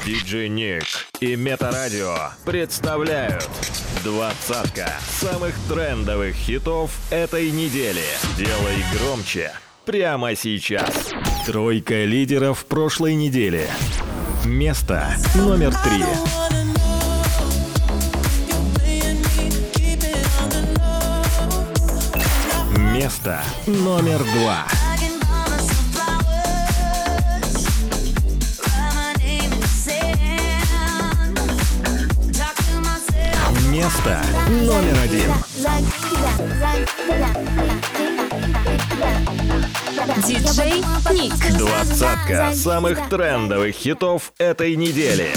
Диджей Ник и Метарадио представляют двадцатка самых трендовых хитов этой недели. Делай громче прямо сейчас. Тройка лидеров прошлой недели. Место номер 3. Место номер 2. Место номер 1. Диджей Ник. Двадцатка самых трендовых хитов этой недели.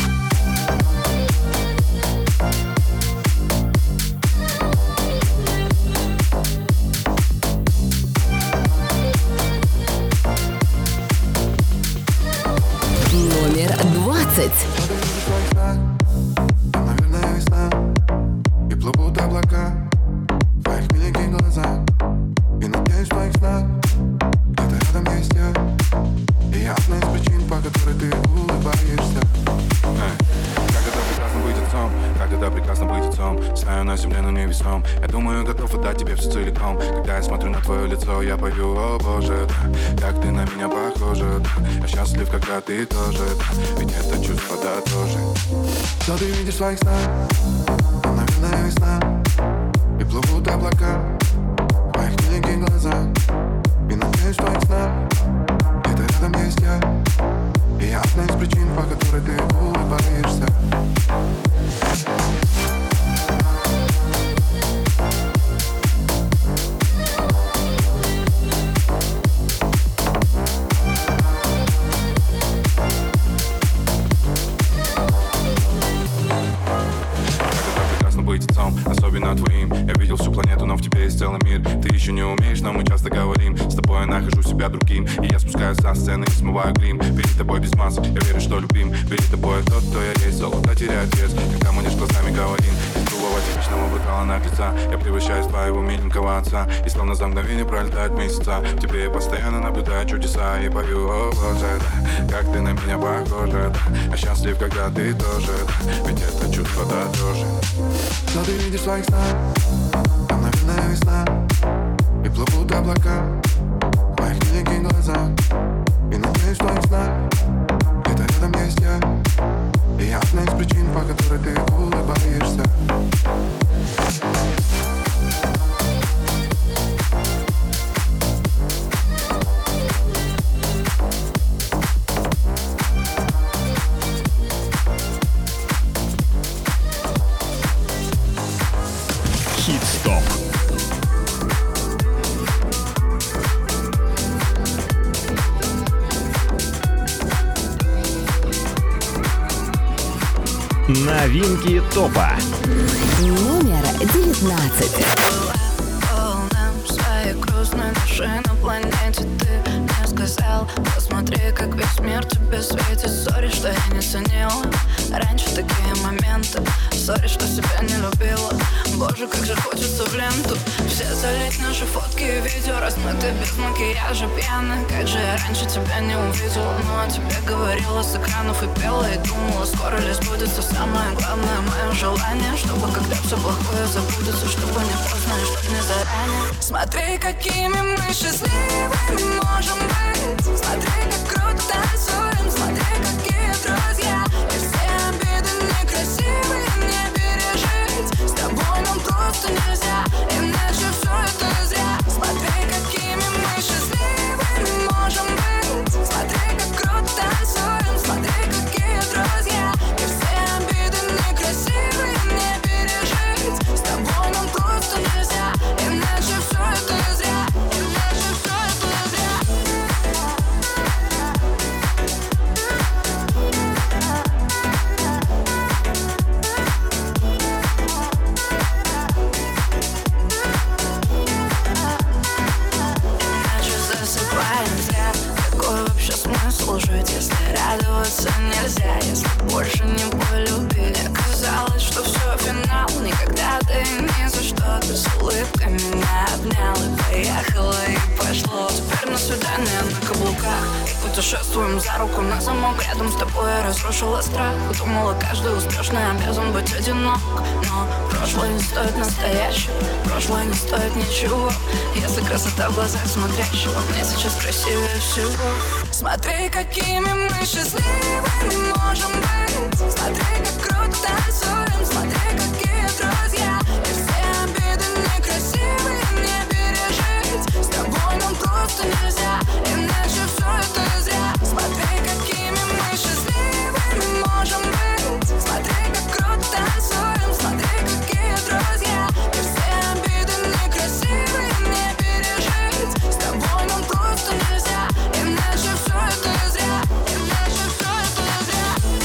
Номер 20. Я думаю, готов отдать тебе все целиком. Когда я смотрю на твое лицо, я пою, о боже, да, как ты на меня похожа, да. Я счастлив, когда ты тоже, да, ведь это чувство, да, тоже. Что ты видишь в своих снах? Наверное, весна. И плывут облака в твоих миленьких глазах. И надеюсь, в твоих снах где-то рядом есть я. И я одна из причин, по которой ты улыбаешься. Особенно твоим. Я видел всю планету, но в тебе есть целый мир. Ты еще не умеешь, но мы часто говорим. С тобой я нахожу себя другим. И я спускаюсь со сцены и смываю грим. Перед тобой без масок, я верю, что любим. Перед тобой тот, кто я есть. Золото теряет вес, когда мы лишь глазами говорим. Из другого типичного бокала на лица я превращаюсь в твоего миленького отца. И словно за мгновение пролетают месяца. В тебе я постоянно наблюдаю чудеса. И пою, о боже, да, как ты на меня похожа, да. Я счастлив, когда ты тоже, да, ведь это чувство, да, тоже. Что ты видишь в своих снах? Там, наверное, весна. И плывут облака в твоих миленьких глазах. И надеюсь, в твоих снах где-то рядом есть я. И я одна из причин, по которой ты улыбаешься. Хит-стоп. Новинки топа. Номер 19. Волнам своей грустной души на планете. Ты мне сказал, посмотри, как весь мир тебе светит. Сори, что я не ценила раньше такие моменты. Сори, что себя не любила. Боже, как же хочется в ленту все залить наши фотки и видео. Размыты без макияжа, пьяны. Как же я раньше тебя не увидела. Но о тебе говорила с экранов и пела. И думала, скоро ли сбудется самое главное мое желание. Чтобы когда все плохое забудется, чтобы не поздно и чтобы не заранее. Смотри, какими мы счастливыми можем быть. Смотри, как круто танцуем. Смотри, какие друзья. И все обиды некрасивые не пережить. С тобой нам просто нельзя, иначе все это зря. Смотри, какими мы счастливыми можем быть. Смотри, как круто танцуем. Смотри, какие друзья. И все обиды некрасивые не пережить. С тобой нам просто нельзя, иначе все это зря. Иначе все это зря. если радоваться нельзя, если больше не полюби. Мне казалось, что все финал, никогда ты ни за что. Ты с улыбкой меня обнял и поехала, и пошло. Теперь на свидание на каблуках, путешествуем за руку на замок. Рядом с тобой я разрушила страх. Думала, каждый успешный обязан быть одинок. Но прошлое не стоит настоящего, прошлое не стоит ничего, если красота в глазах смотрящего. Мне сейчас красивее всего. Смотри, какими мы счастливыми можем быть. Смотри, как круто танцуем. Смотри, какие друзья. И все обиды некрасивые мне пережить. С тобой нам просто нельзя, иначе все это зря. Смотри, какими мы счастливыми можем быть. Смотри, как круто танцуем. Смотри, какие друзья. И все обиды некрасивые мне пережить. С тобой нам просто нельзя, иначе все это зря. Иначе все это зря.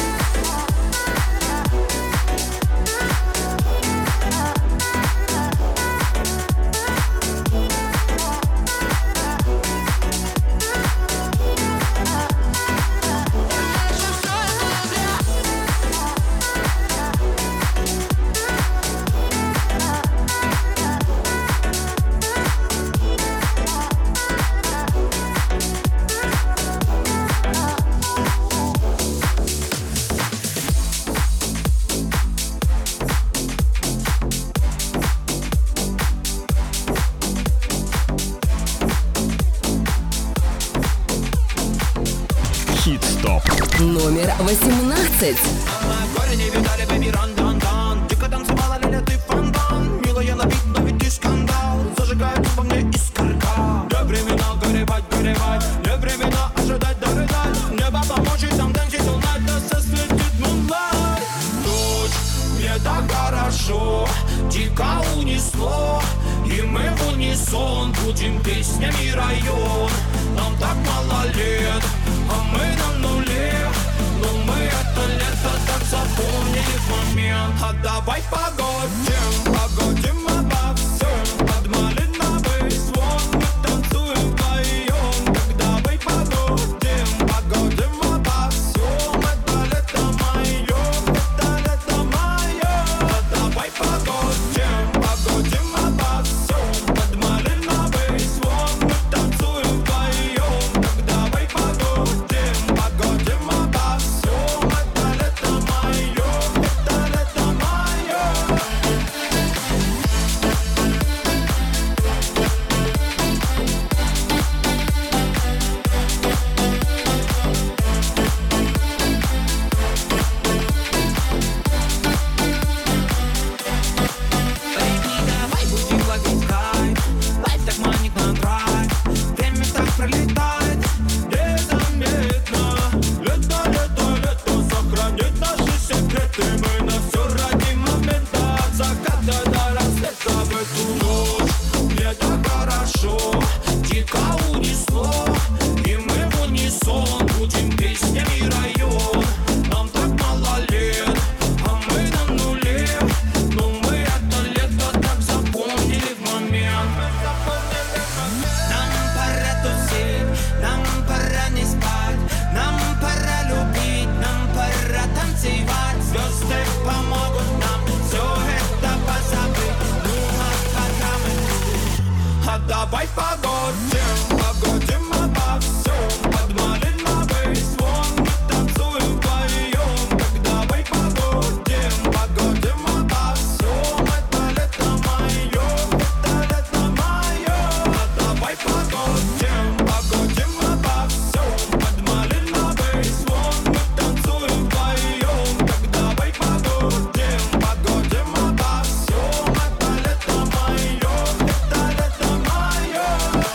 Хит-стоп. Номер 18. Горе не видали, baby, ран-дан-дан. Дико танцевала, Лиля, ты фонтан. Милая на вид, но ведь ты скандал. Зажигает во мне искорка. Не времена горевать, горевать. Не времена ожидать, дорыдать. Небо помочь и там танцить all night. Да сосветит moonlight. Ночь, мне так хорошо. Дико унесло. И мы в унисон будем песнями район. Нам так мало лет, а мы на нуле. Но мы это лето так запомнили в момент. А давай погодим, погодим обо всем. Под малиновый звон мы танцуем вдвоем. Так давай погодим, погодим обо всем. Это лето мое, это лето мое. А давай погодим, погодим обо всем. Под малиновый звон мы танцуем вдвоем. Так давай погодим, погодим обо всем. Это лето мое, это лето мое. Baby, давай будем ловить кайф. Лайф так манит на драйв. Время так пролетает незаметно. Лето, лето, лето сохранит наши секреты. Мы на все ради момента. От заката до рассвета в эту ночь. Мне так хорошо, дико унесло. И мы в унисон будем песнями район. Нам так мало лет, а мы на нуле. Но мы это лето так запомнили в момент. Нам пора тусить, нам пора не спать. Нам пора любить, нам пора танцевать. Звезды помогут нам все это позабыть. Ну а пока мы тут, а давай погодим, погодим обо всем. Под малиновый звон мы танцуем вдвоем. Так давай погодим, погодим обо всем. Это лето мое, это лето мое. А давай погодим, погодим обо всем. Под малиновый звон мы танцуем вдвоем. Так давай погодим, погодим обо всем. Это лето мое, это лето мое.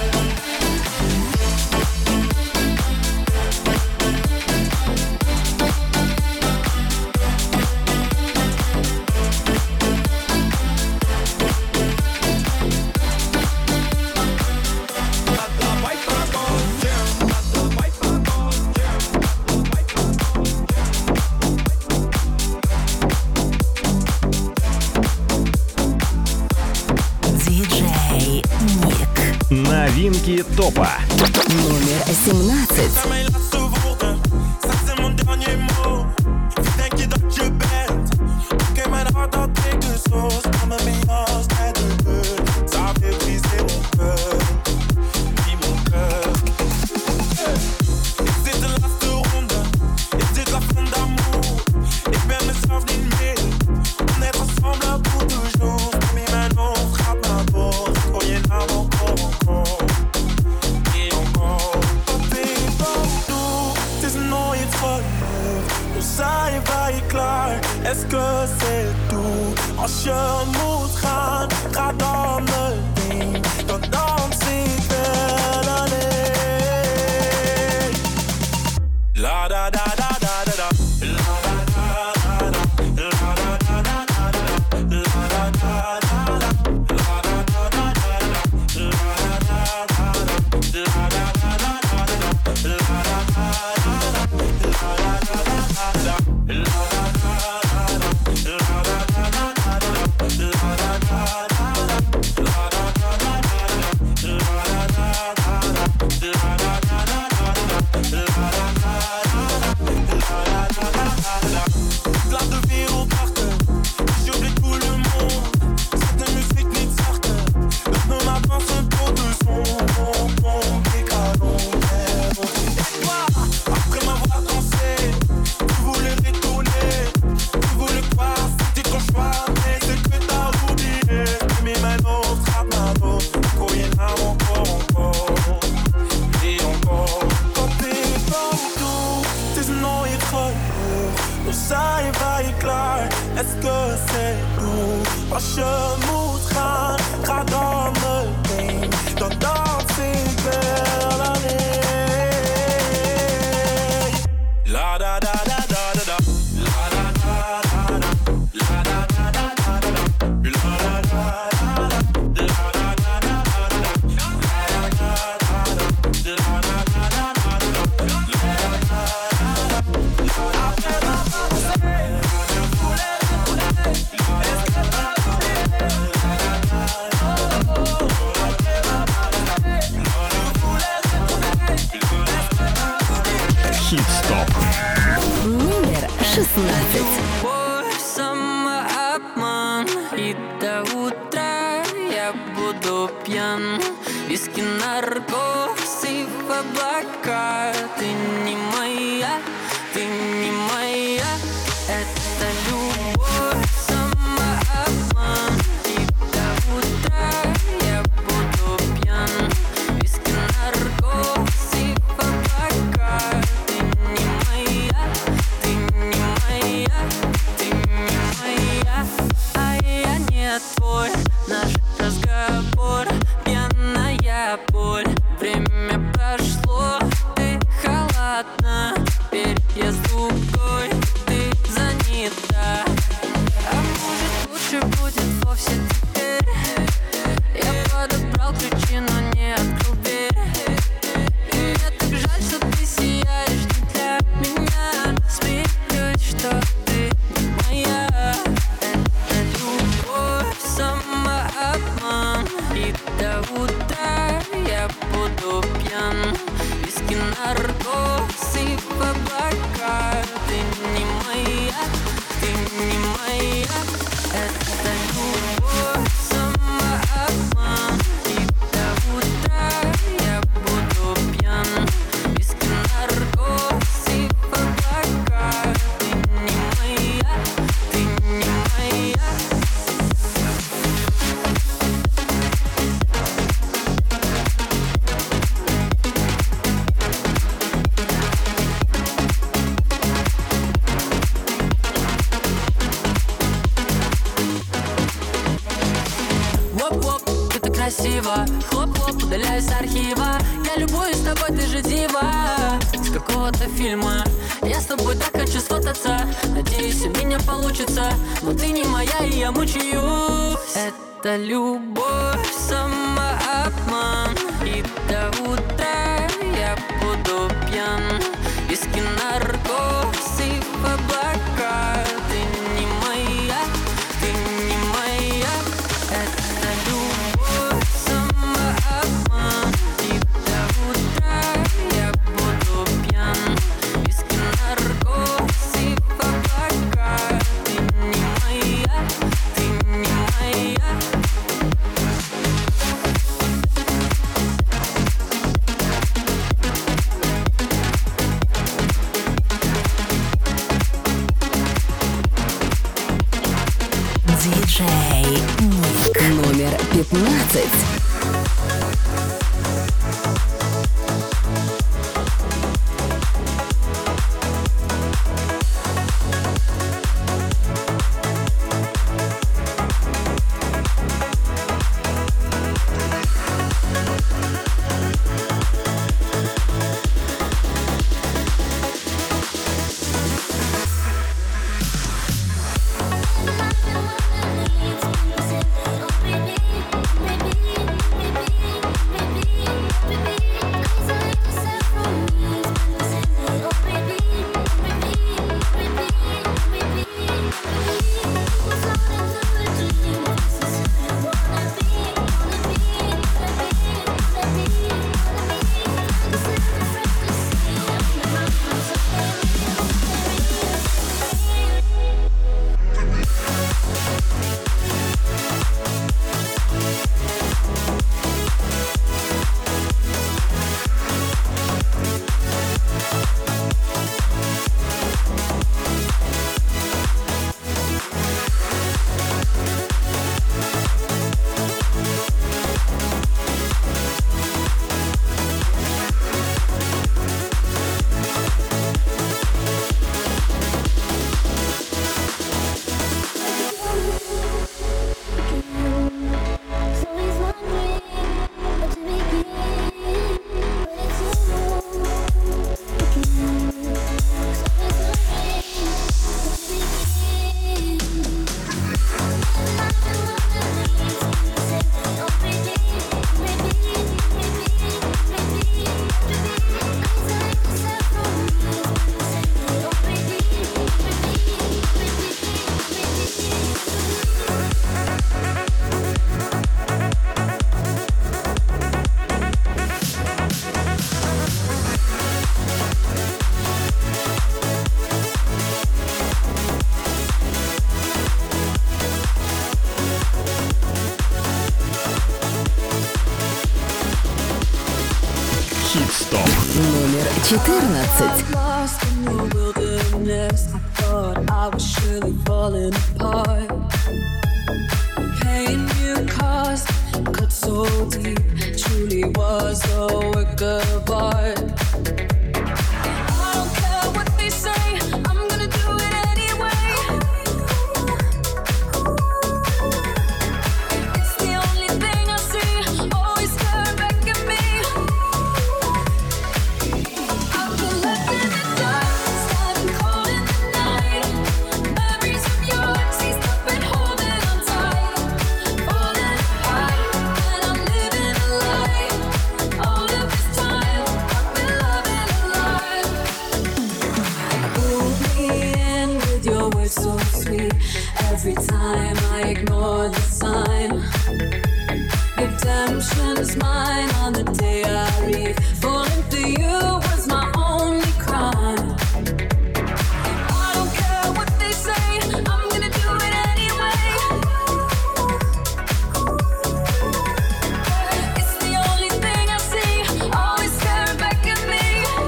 А давай погодим, а давай погодим, давай погодим. Диджей Ник. Новинки топа. Номер 17. Mijn laatste woorden, geluk. Nu zijn wij klaar, est-ce que c'est tout? Als je moet gaan, ga dan meteen. Dan dans ik wel alleen. La da da da da da da. La da da da da. La da da da da da. La da da da da. La da da da da da. La da da da da. La da da da da. La da da da da. Est-ce que c'est tout? Als je moet gaan, ga dan meteen. Dan dans ik wel alleen. La da da da da da da. La da da da da. La da da da da da. La da da da da. La da da da da. La da da da da. La da da da da. Хит-стоп. Номер 16. Любовь, самообман, и до утра я буду пьян. Виски, наркоз и в облака. Ты не моя, ты не моя. Это любовь, самообман, и до утра я буду пьян. Виски, наркоз и в облака. Ты не моя, ты не моя, ты не моя. А я не твой, наш разговор пьяная боль. Время прошло, ты холодна. Переезд другой, ты занята. А может лучше будет вовсе теперь? Я подобрал ключи, но не открыл дверь. И мне так жаль, что ты сияешь не для меня. Смеюсь, что ты не моя. Это любовь, самообман, и до утра я буду пьян. Виски, наркоз и в облака. Ты не моя, ты не моя. Это любовь, самообман, и до утра я буду пьян. Виски, наркоз и в облака. Ты не моя, ты не моя. Воп-воп, ты так красиво. Хлоп-хлоп, удаляюсь с архива. Я любуюсь тобой, ты же дива с какого-то фильма. Я с тобой так хочу сфотаться. Надеюсь, у меня получится. Но ты не моя, и я мучаюсь. Это любовь, самообман, и до утра я буду пьян. Виски, наркоз и в облака. Ты не моя, ты не моя. Это любовь, самообман, и до утра я буду пьян. Виски, наркоз и в облака. Ты не моя, ты не моя. Диджей Ник. Номер 15. 14. Lost in the wilderness, I thought I was surely falling apart. Pain you caused cut so deep, truly was a work of art. I don't care what they say, I'm gonna do it anyway. It's the only thing I see, always staring back at me. I've been left in the dark, standing cold in the night. Memories of your teeth, I've been holding on tight, falling apart, and I'm living a lie. All of this time, I've been loving alive. Pull me in with your words so sweet. Every time I ignore the sign, redemption is mine on the day I leave. Falling for you was my only crime. I don't care what they say, I'm gonna do it anyway. It's the only thing I see, always staring back at me.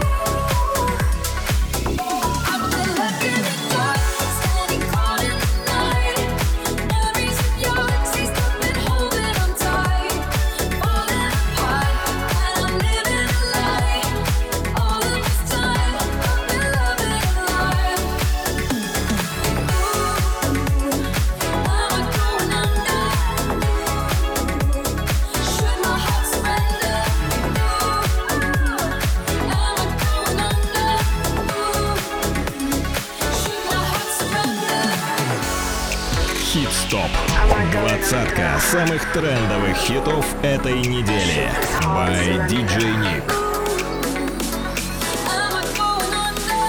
I've been left in the dark, standing cold in the night. Memories of your teeth, I've been holding on tight, falling apart, and I'm living a lie. All of this time, I've been loving alive. Ooh, am I going under? Should my heart surrender? Ooh, am I going under? Should my heart surrender? Хит-стоп. Двадцатка самых трендовых хитов этой недели. By DJ Nick. Am I going under?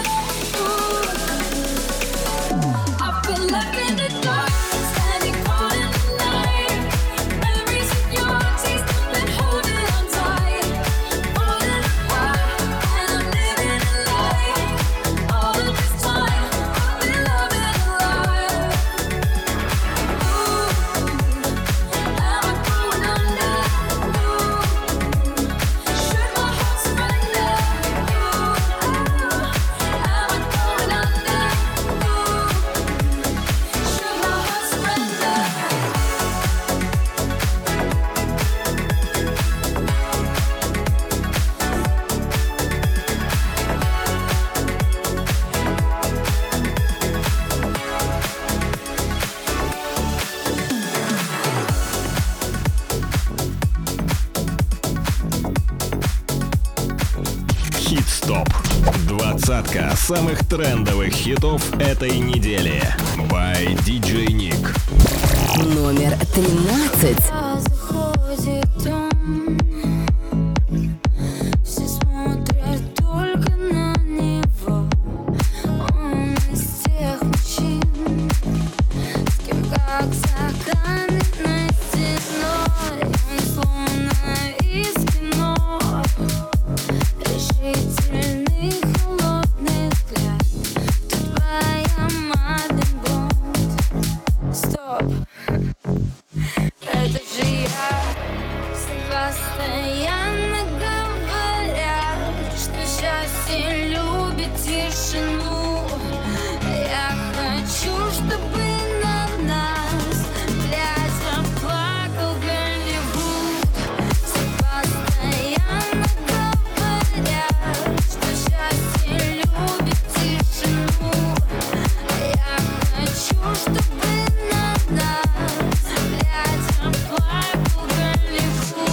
I've been left in the dark, standing cold in the night. Memories of your teeth, I've been holding on tight, falling apart, and I'm living a lie. All of this time, I've been loving alive. Am I going under? Should my heart surrender? Am I going under? Should my heart surrender? Хит-стоп. Двадцатка самых трендовых хитов этой недели. By DJ Nick. Номер 13. Заходит он, все смотрят только на него. Он из тех мужчин, с кем как за каменной стеной. Он словно из кино, решительный холодный взгляд. Тут твоя Мадлен Бонд. Стоп. Это же я. Все постоянно говорят, что счастье любит тишину. Я хочу, чтобы на нас глядя плакал Голливуд. Все постоянно говорят, что счастье любит тишину. Я хочу, чтобы на нас глядя плакал Голливуд.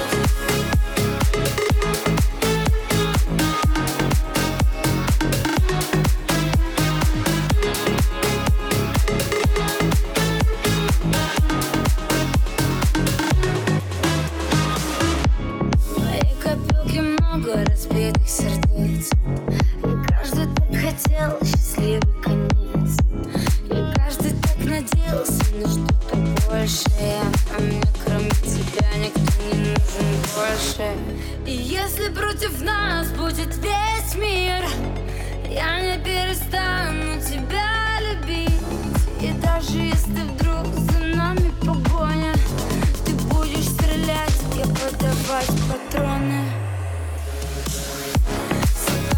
В моей копилке много разбитых сердец, и каждый так хотел счастливый конец, и каждый так надеялся на что-то большее. А мне кроме тебя никто не нужен больше. И если против нас будет весь мир, я не перестану тебя любить. И даже если вдруг за нами погоня, ты будешь стрелять и подавать патроны. Все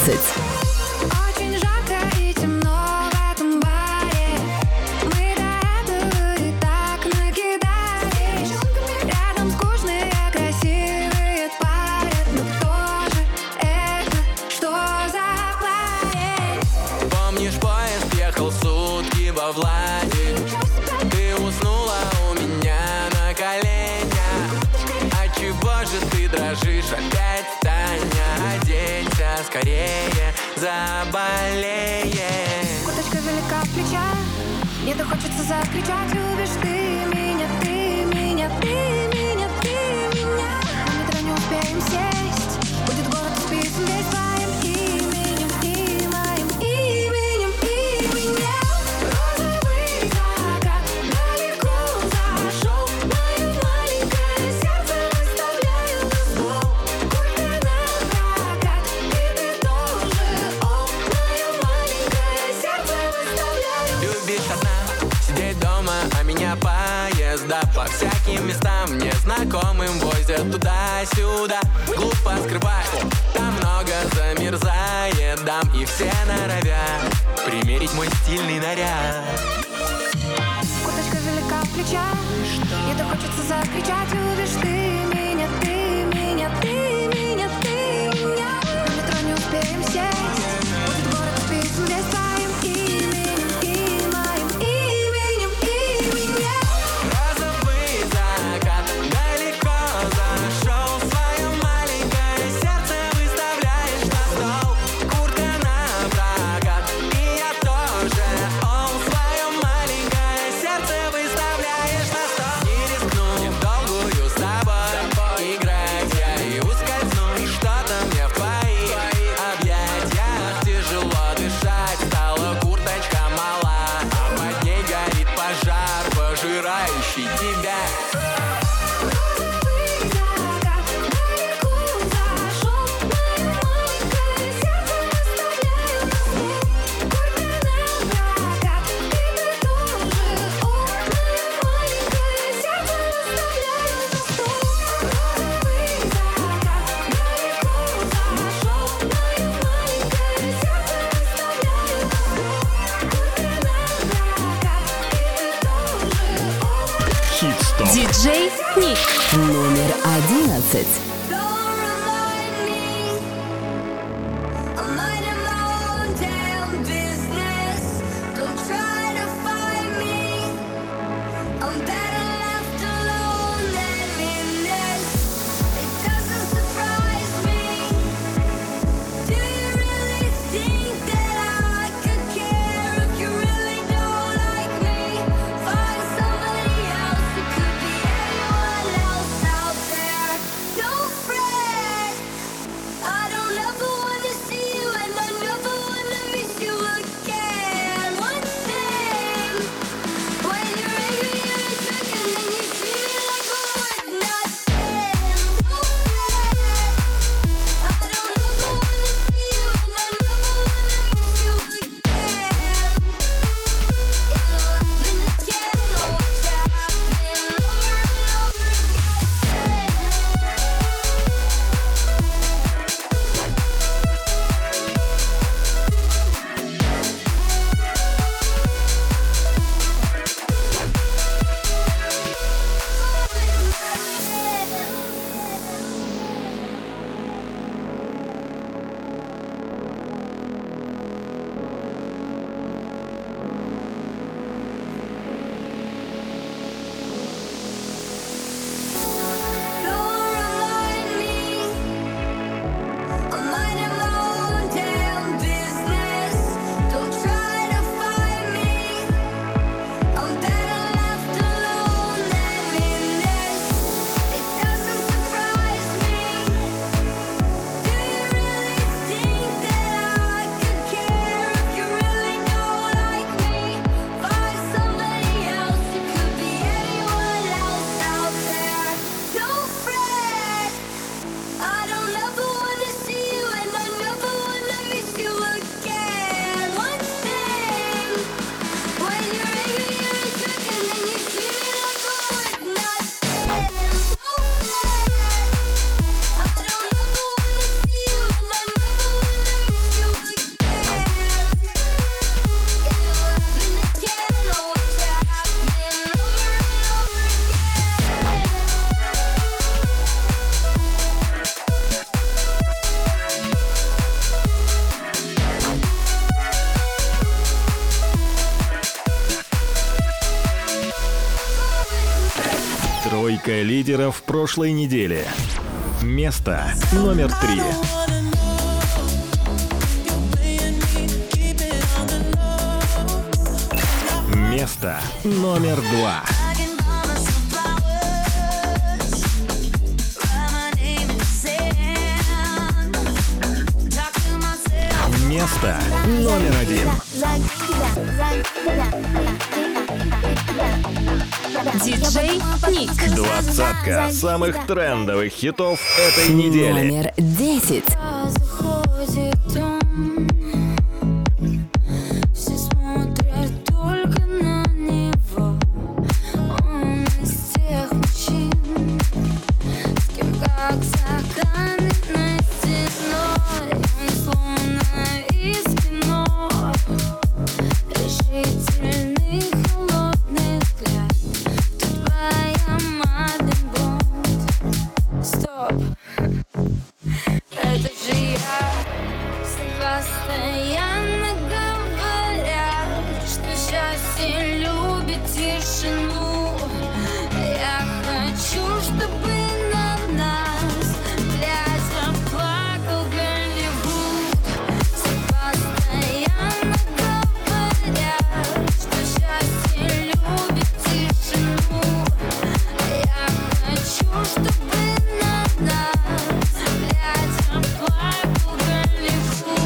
Очень жарко и темно в этом баре. Мы до этого и так накидались. Рядом скучные, красивые парни. Но кто же это? Что за парень? Помнишь, поезд ехал сутки во Влади? Ты уснула у меня на коленях. Отчего же ты дрожишь опять, Таня? Оденься скорее, заболеешь. Курточка велика в плечах. Мне-то хочется закричать: любишь ты меня, ты меня, ты меня, ты меня. Но мы туда не успеем сесть. Будет город исписан весь твоим именем и моим именем и меня. Розовый закат далеко зашел. Мое маленькое сердце выставляю на стол. Куртка на прокат, и ты тоже. О, мое маленькое сердце выставляю. Любишь одна сидеть дома, а меня поезда по всяким местам незнакомым возят туда-сюда. Глупо скрывать, там много замерзает дам, и все норовят примерить мой стильный наряд. Курточка велика в плечах. Мне-то хочется закричать: любишь ты меня, ты меня, ты меня, ты меня. На метро не успеем сесть. Будет город исписан весь твоим именем и моим именем и меня. Розовый закат далеко зашел. Свое маленькое сердце выставляешь на стол. Куртка на прокат, и я тоже. О, свое маленькое сердце выставляешь на стол. Не рискну в долгую с тобой играть я и ускользну. Что-то мне в твоих объятиях тяжело дышать. Стала курточка мала, а под ней горит пожар, пожирающий тебя. Розовый закат далеко зашел. Мое маленькое сердце выставляю на стол. Куртка на прокат, и ты тоже. О, мое маленькое сердце выставляю на стол. Розовый закат далеко зашел. Мое маленькое сердце выставляю на стол. Куртка на прокат, и ты тоже. Хит-стоп. Диджей Ник. Номер 11. Don't remind me, I'm minding my own damn business. Don't try to find me, I'm better left alone than in this. It doesn't surprise me. Do you really think that I could care if you really don't like me? Find somebody else, it could be anyone else out there. Don't Тройка лидеров прошлой недели. Место номер 3. Место номер 2. Место номер 1. Диджей Ник. Двадцатка самых трендовых хитов этой недели. Номер 10. Заходит он, все смотрят только на него. Он из тех мужчин, с кем как за каменной стеной. Он словно из кино, решительный холодный взгляд. Тут твоя модель Бонд. Стоп. Это же я. Все постоянно говорят, что счастье любит тишину. Я хочу, чтобы на нас глядя плакал Голливуд. Все постоянно говорят, что счастье любит тишину. Я хочу, чтобы на нас глядя плакал Голливуд.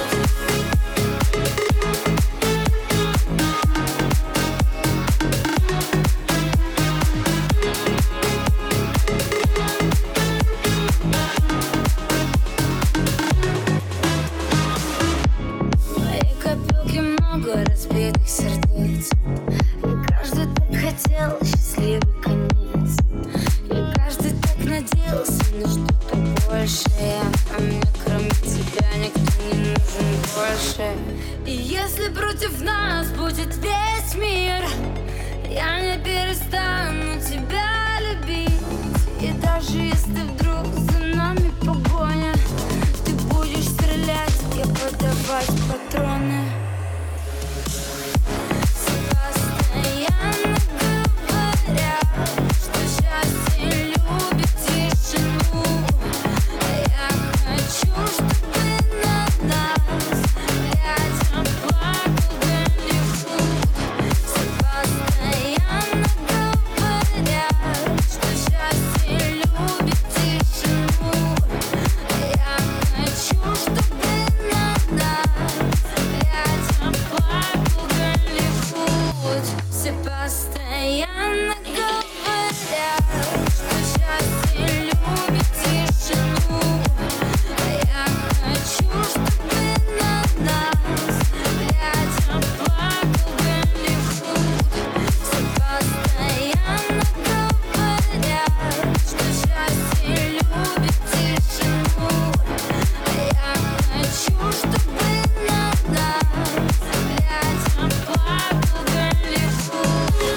В моей копилке много разбитых сердец, и каждый так хотел счастливый конец, и каждый так надеялся на что-то большее. А мне кроме тебя никто не нужен больше. И если против нас будет весь мир, я не перестану тебя любить. И даже если вдруг за нами погоня, ты будешь стрелять, я подавать патроны. Все постоянно говорят, что счастье любит тишину. Я хочу, чтобы на нас глядя плакал Голливуд. Все постоянно говорят, что счастье любит тишину. Я хочу, чтобы на нас глядя плакал Голливуд. Все постоянно говорят, что счастье любит тишину. Я хочу, чтобы на нас глядя плакал Голливуд. Все постоянно говорят, что счастье любит тишину. Я хочу, чтобы на нас глядя плакал Голливуд.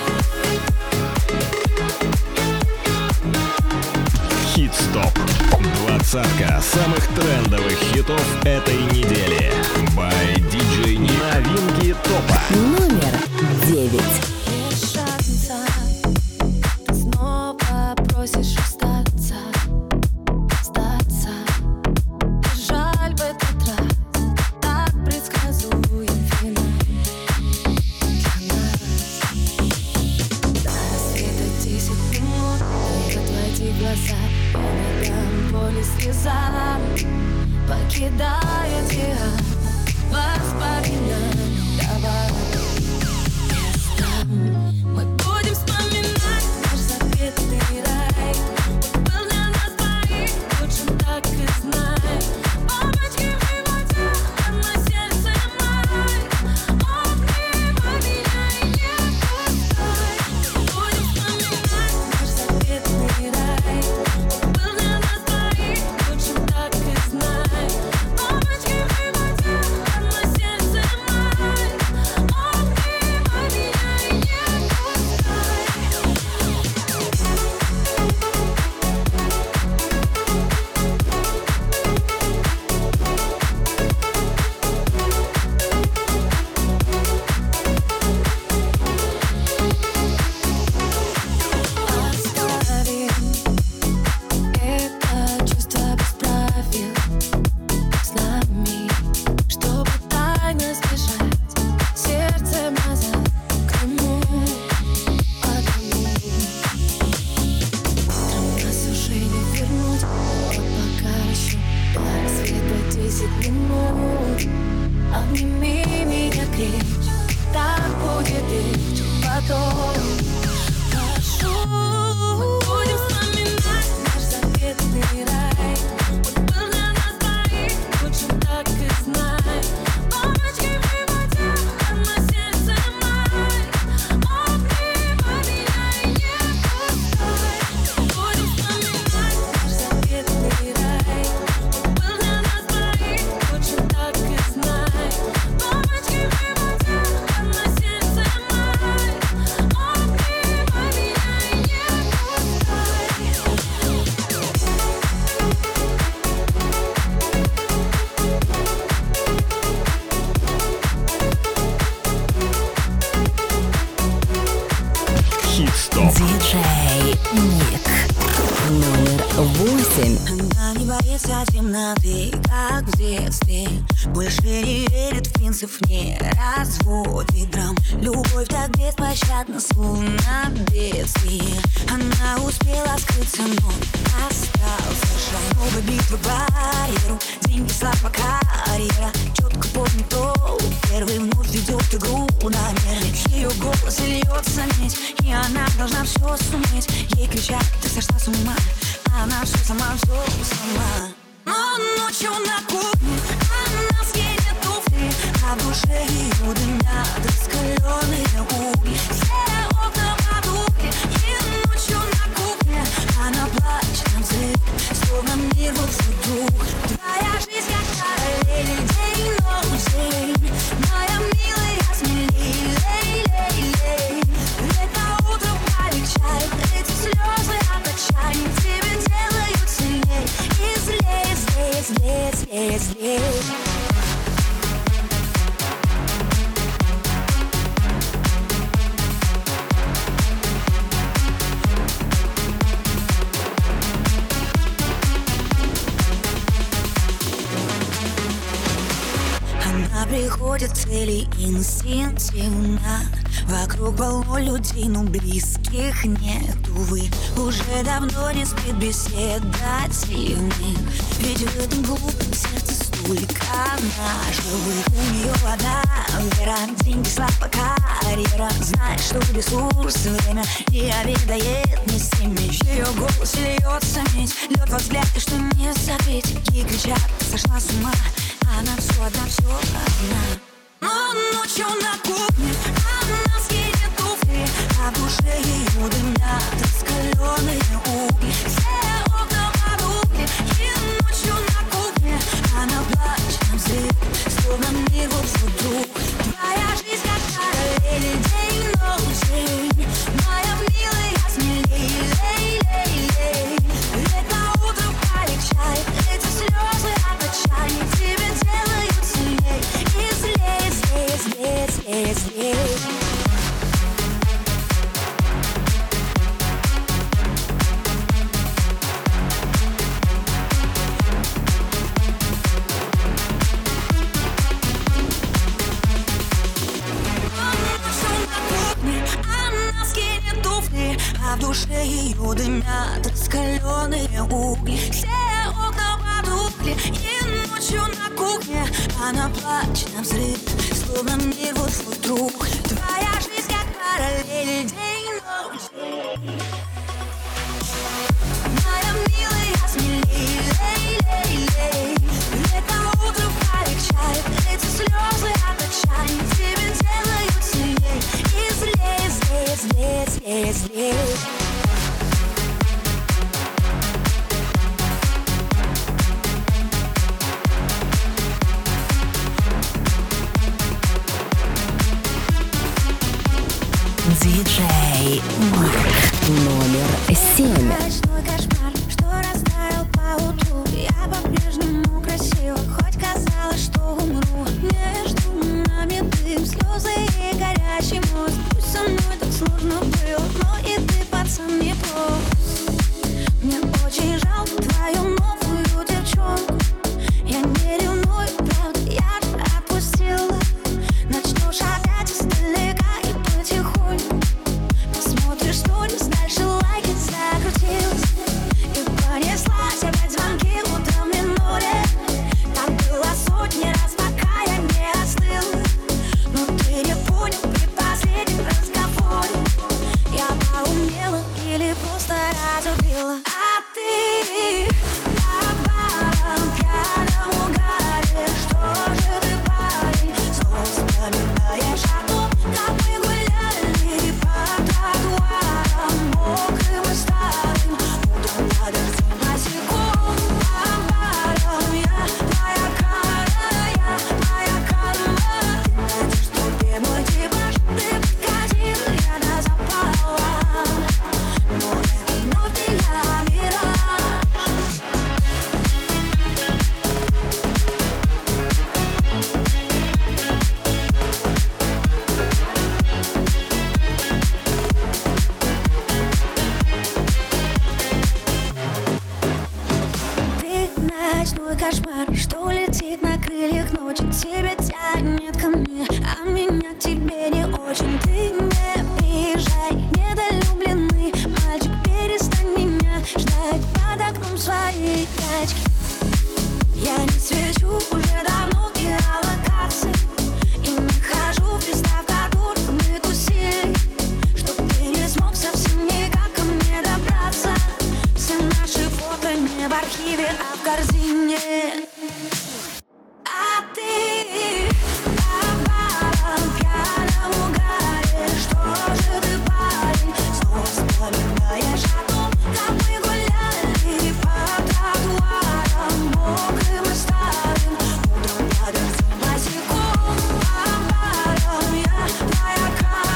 Хит-стоп. Двадцатка самых трендовых хитов этой недели. By DJ Ник. Новинки топа. Номер 9. Решаться, ты снова просишь остаться. Жаль, в этот раз так предсказуем финал для нас. До рассвета 10 минут, только твои глаза. Я не дам воли слезам, покидая тебя воспоминания. Давай, я с тобой. встреч, так будет легче потом. Прошу, мы будем вспоминать наш заветный рай. Он был для нас двоих, лучше так и знай. Бабочки в воде, а на сердце май. Обнимай меня и не пускай. Будем вспоминать наш заветный рай. Он был для нас двоих, лучше так и знай. Бабочки в воде, а на сердце май. Обнимай меня и не Хит-стоп. Диджей Ник. Номер 8. Она не боится темноты, как в детстве. Больше не верит в принцип, не разводит драм. Любовь так беспощадна, словно бедствие. Она успела скрыться, но остался шаг. Снова битва барьеру, деньги, слава, карьера. Четко помню, кто первый вновь ведет игру на нервы. Ее голос льется медь, и она должна все суметь. Ей кричат: ты сошла с ума. Она все сама, но ночью на кухне она съедет туфли, а в душе ее дымят раскаленные угли. Все окна потухли, и ночью на кухне она плачет на взрыв, словно мир вот вдруг. Твоя жизнь как параллель, день, ночь, день. Моя милая, смелей, лей, лей, лей. Это утро полегчает, эти слезы от отчаяния тебе делают сильней. И злей, злей, злей, злей, злей. Она приходит к цели инстинктивно. Вокруг полно людей, но близких нет, увы. Уже давно не спит беседа тихих. Ведь в этом глупом сердце столько наживых. У нее вода, вера, деньги, слава, карьера. Знает, что ресурс, время не обедает ни с теми. Ее голос льется медь, лед во взгляд, и что не забыть. Ей кричат: сошла с ума. Она все одна, все одна. Но ночью на кухне она съедет туфли, а в душе ее дымят раскаленные угли. Все окна потухли, и ночью на кухне она плачет на взрыв, словно мир вот вдруг. Твоя жизнь как параллель, день, ночь, день. Моя милая, смелей, лей, лей, лей. Это утро полегчает, эти слезы от отчаяния тебе делают сильней. И злей, злей, злей, злей, злей. Она скинет туфли, а в душе ее дымят раскаленные угли. Все окна потухли, и ночью на кухне она плачет на взрыв, словно мир вот вдруг. Твоя жизнь как параллель, день, ночь, день. Моя милая, смелей, лей, лей, лей. Это утро полегчает, эти слезы от отчаяния тебе делают сильней. И злей, злей, злей, злей, злей. Диджей Ник. Номер 7. Ночной кошмар, что растаял поутру. Я по-прежнему красива, хоть казалось, что умру. Между нами дым, слезы и горячий мозг. Пусть со мной так сложно было, но и ты, пацан, не прост. Мне очень жалко твою новую девчонку. Я не ревную, правда, я же отпустила. Начнешь опять издалека и потихоньку посмотришь сторис, дальше лайки закрутилась. приставать нет ко мне, а меня к тебе не очень. Ты не приезжай, недолюбленный мальчик, перестань меня ждать под окном своей тачки. Я не свечу уже давно геолокации и не хожу в пристав, которых мы тусили, чтоб ты не смог совсем никак ко мне добраться. Все наши фото не в архиве, а в корзине. А ты по барам пьяном угаре, что же ты, парень, снова вспоминаешь о том, как мы гуляли по тротуарам мокрым и старым. Утром подождем босиком по барам. Я твоя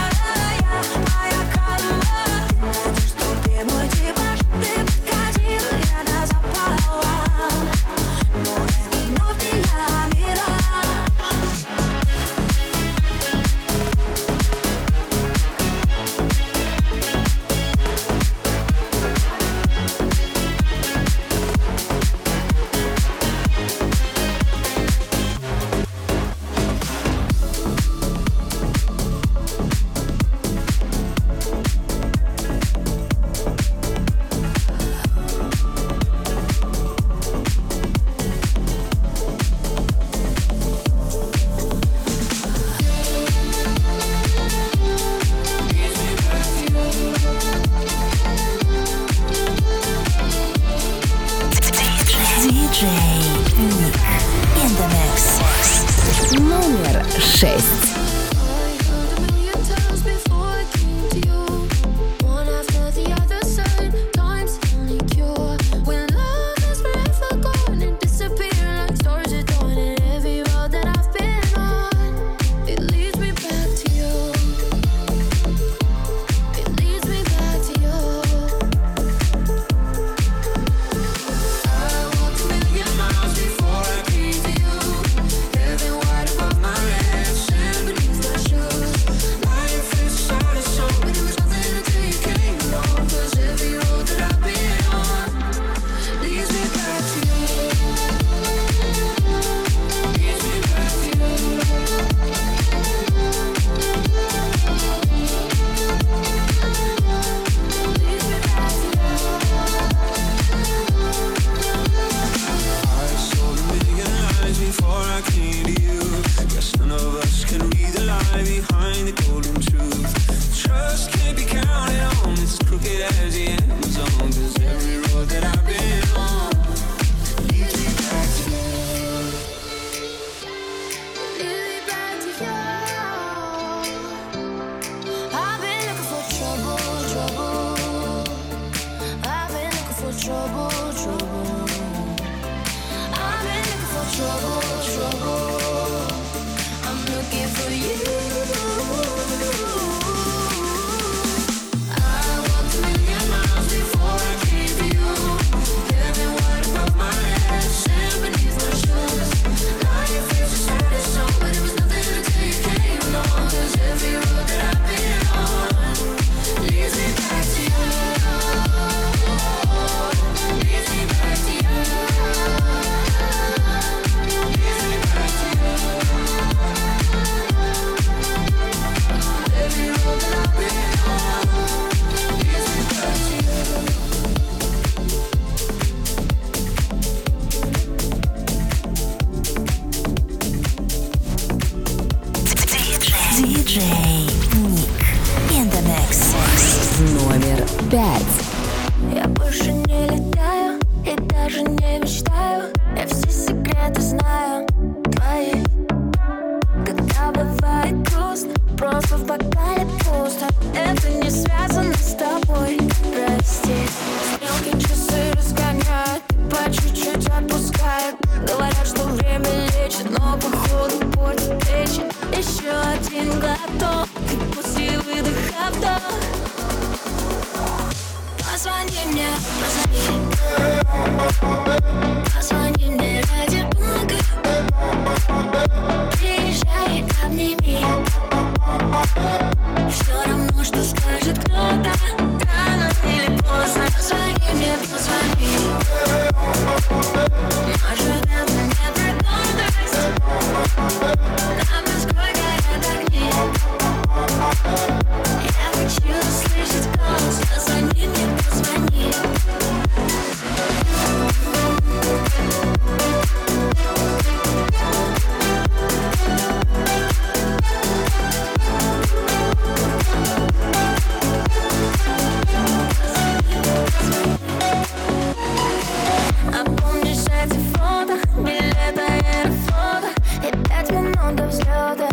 карма. Ты найдешь, что ты мой типаж. Ты подкатил, я до запала, но это вновь не я, мира. Диджей Ник in the mix. Номер 6. Диджей Ник in the mix. Номер 5. Я больше не летаю и даже не мечтаю. Я все секреты знаю твои. Когда бывает грустно, просто в бокале пусто. Это не связано с тобой, прости. Стрелки часы разгоняют, по чуть-чуть отпускают. Говорят, что время лечит, но походу портит речи. Еще один глоток, и после выдоха вдох. Позвони мне, позвони. до взлета.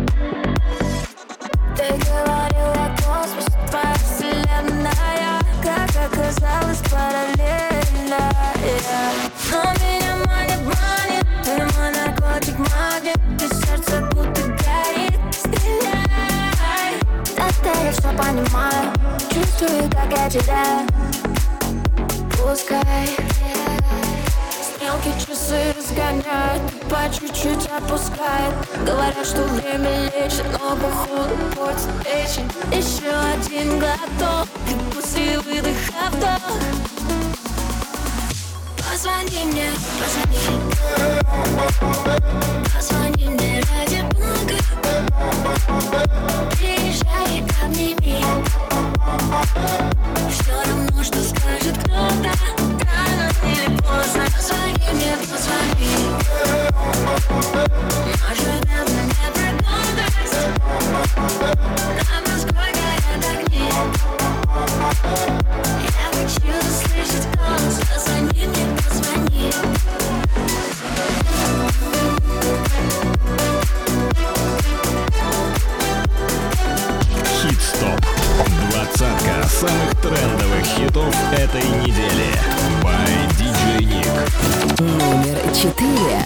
Ты говорила, космос твоя вселенная, как оказалось параллельно. Но меня манит, ты мой наркотик магнит, и сердце будто горит. Стреляй, да я все понимаю, чувствую, как я теряю. Пускай стрелки часы разгоняют, по чуть-чуть отпускает. Говорят, что время лечит, но походу портит печень. Еще один глоток, и после выдоха вдох. Позвони мне, позвони. Позвони мне ради бога. Приезжай и обними. Все равно, что скажет кто-то, рано или поздно. Позвони мне, позвони. Может, это не трудность, над Москвой горят огни. Я хочу услышать голос. Позвони мне, позвони. Хит-стоп. Двадцатка самых трендовых хитов этой недели. By DJ Nick. Номер 4.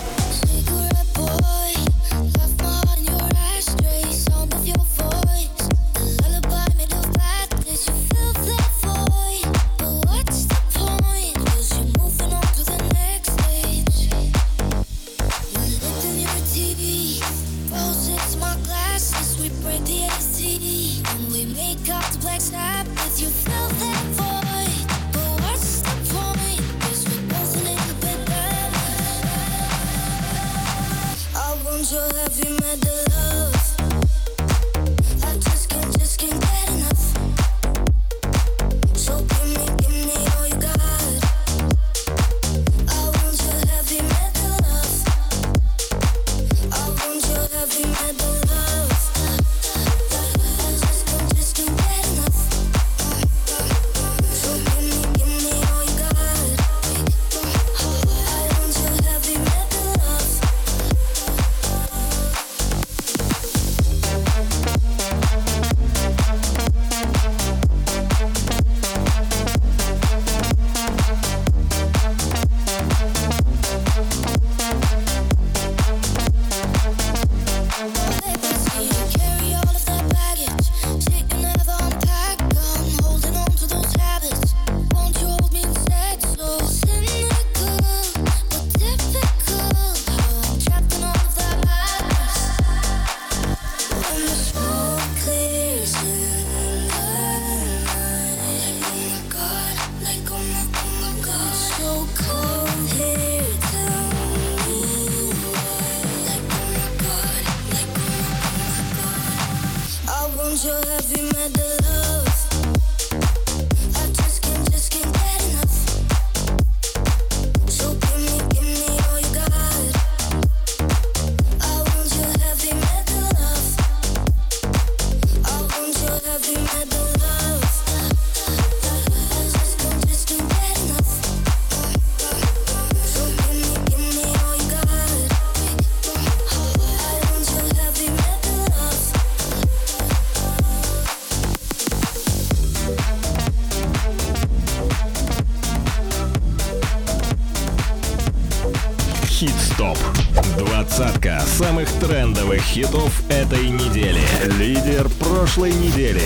Хит-стоп. Двадцатка самых трендовых хитов этой недели. Лидер прошлой недели.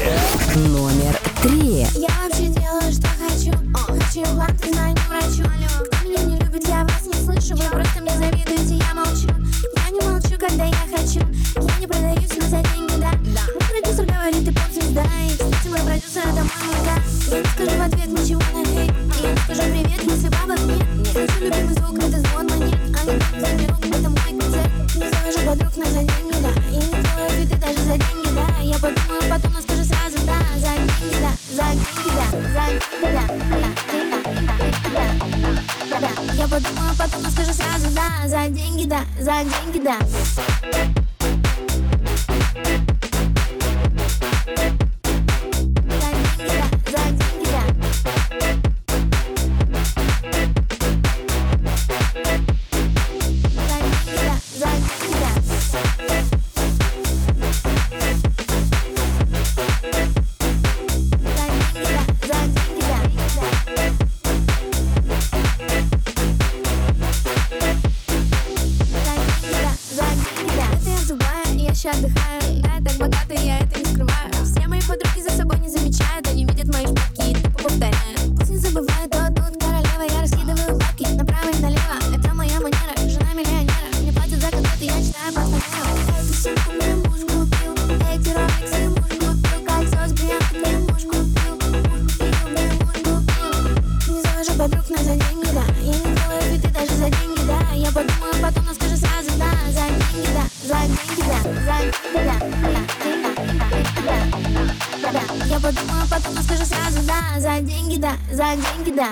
Номер 3. Я вообще делаю, что хочу. Хочу вам, ты знаю, не врачу. Кто меня не любит, я вас не слышу. Вы просто мне завидуете, я молчу. Я не молчу, когда я хочу. Я не продаюсь, но за деньги, да. Мой продюсер говорит, ты поп-звезда. И, кстати, мой продюсер, это мой мужик. Я не скажу в ответ ничего на хейт. И я не скажу привет, если бабок нет. Хочу любимый звук, это звон монет. А не заберут, это мой концерт. Не завожу подруг, но за деньги, да. И не делаю виды даже за деньги, да. Я подумаю потом, но скажу сразу, да. За деньги, да. За деньги, да. За деньги, да. Я подумаю потом, но скажу сразу, да. За деньги, да. За деньги, да. чаще отдыхаю. Да, я так богата, я это не скрываю. Все мои подруги за собой не замечают. Они видят мои шпильки и тупо повторяют. Пусть не забывают, то тут королева. Я раскидываю бабки направо и налево. Это моя манера, жена миллионера. Мне платят за концерты, я читаю по фанеру. Эту сумку мне муж купил, эти роликсы муж купил, кольцо с бриллиантом мне муж купил, мне муж купил. Не завожу подруг, но за деньги, да. Я не делаю фиты даже за деньги, да. Я подумаю потом, но скажу сразу, да. За деньги, да, за деньги, да, за деньги, да. Я подумаю потом, но скажу сразу, да. За деньги, да, за деньги, да.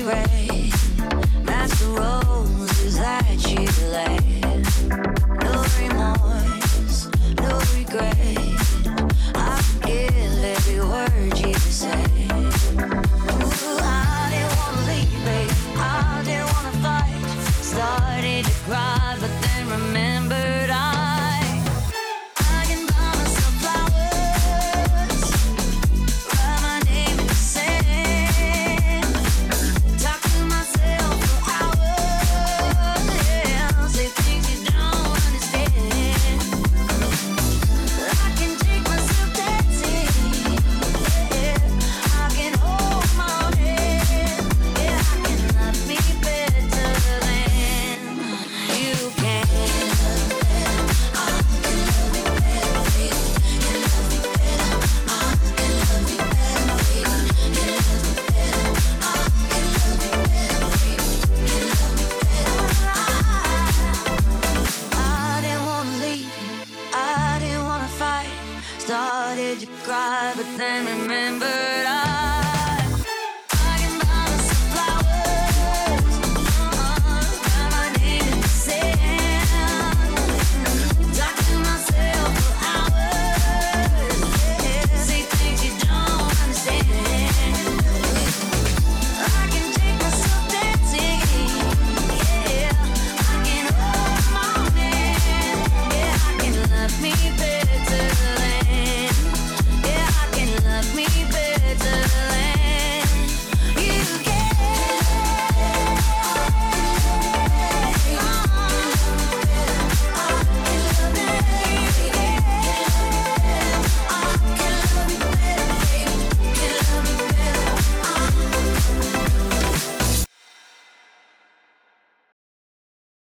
regret. Master roses that you lay. No remorse, no regret. I forgive every word you say. Ooh, I didn't wanna leave, babe. I didn't wanna fight. Started to cry, but then remember.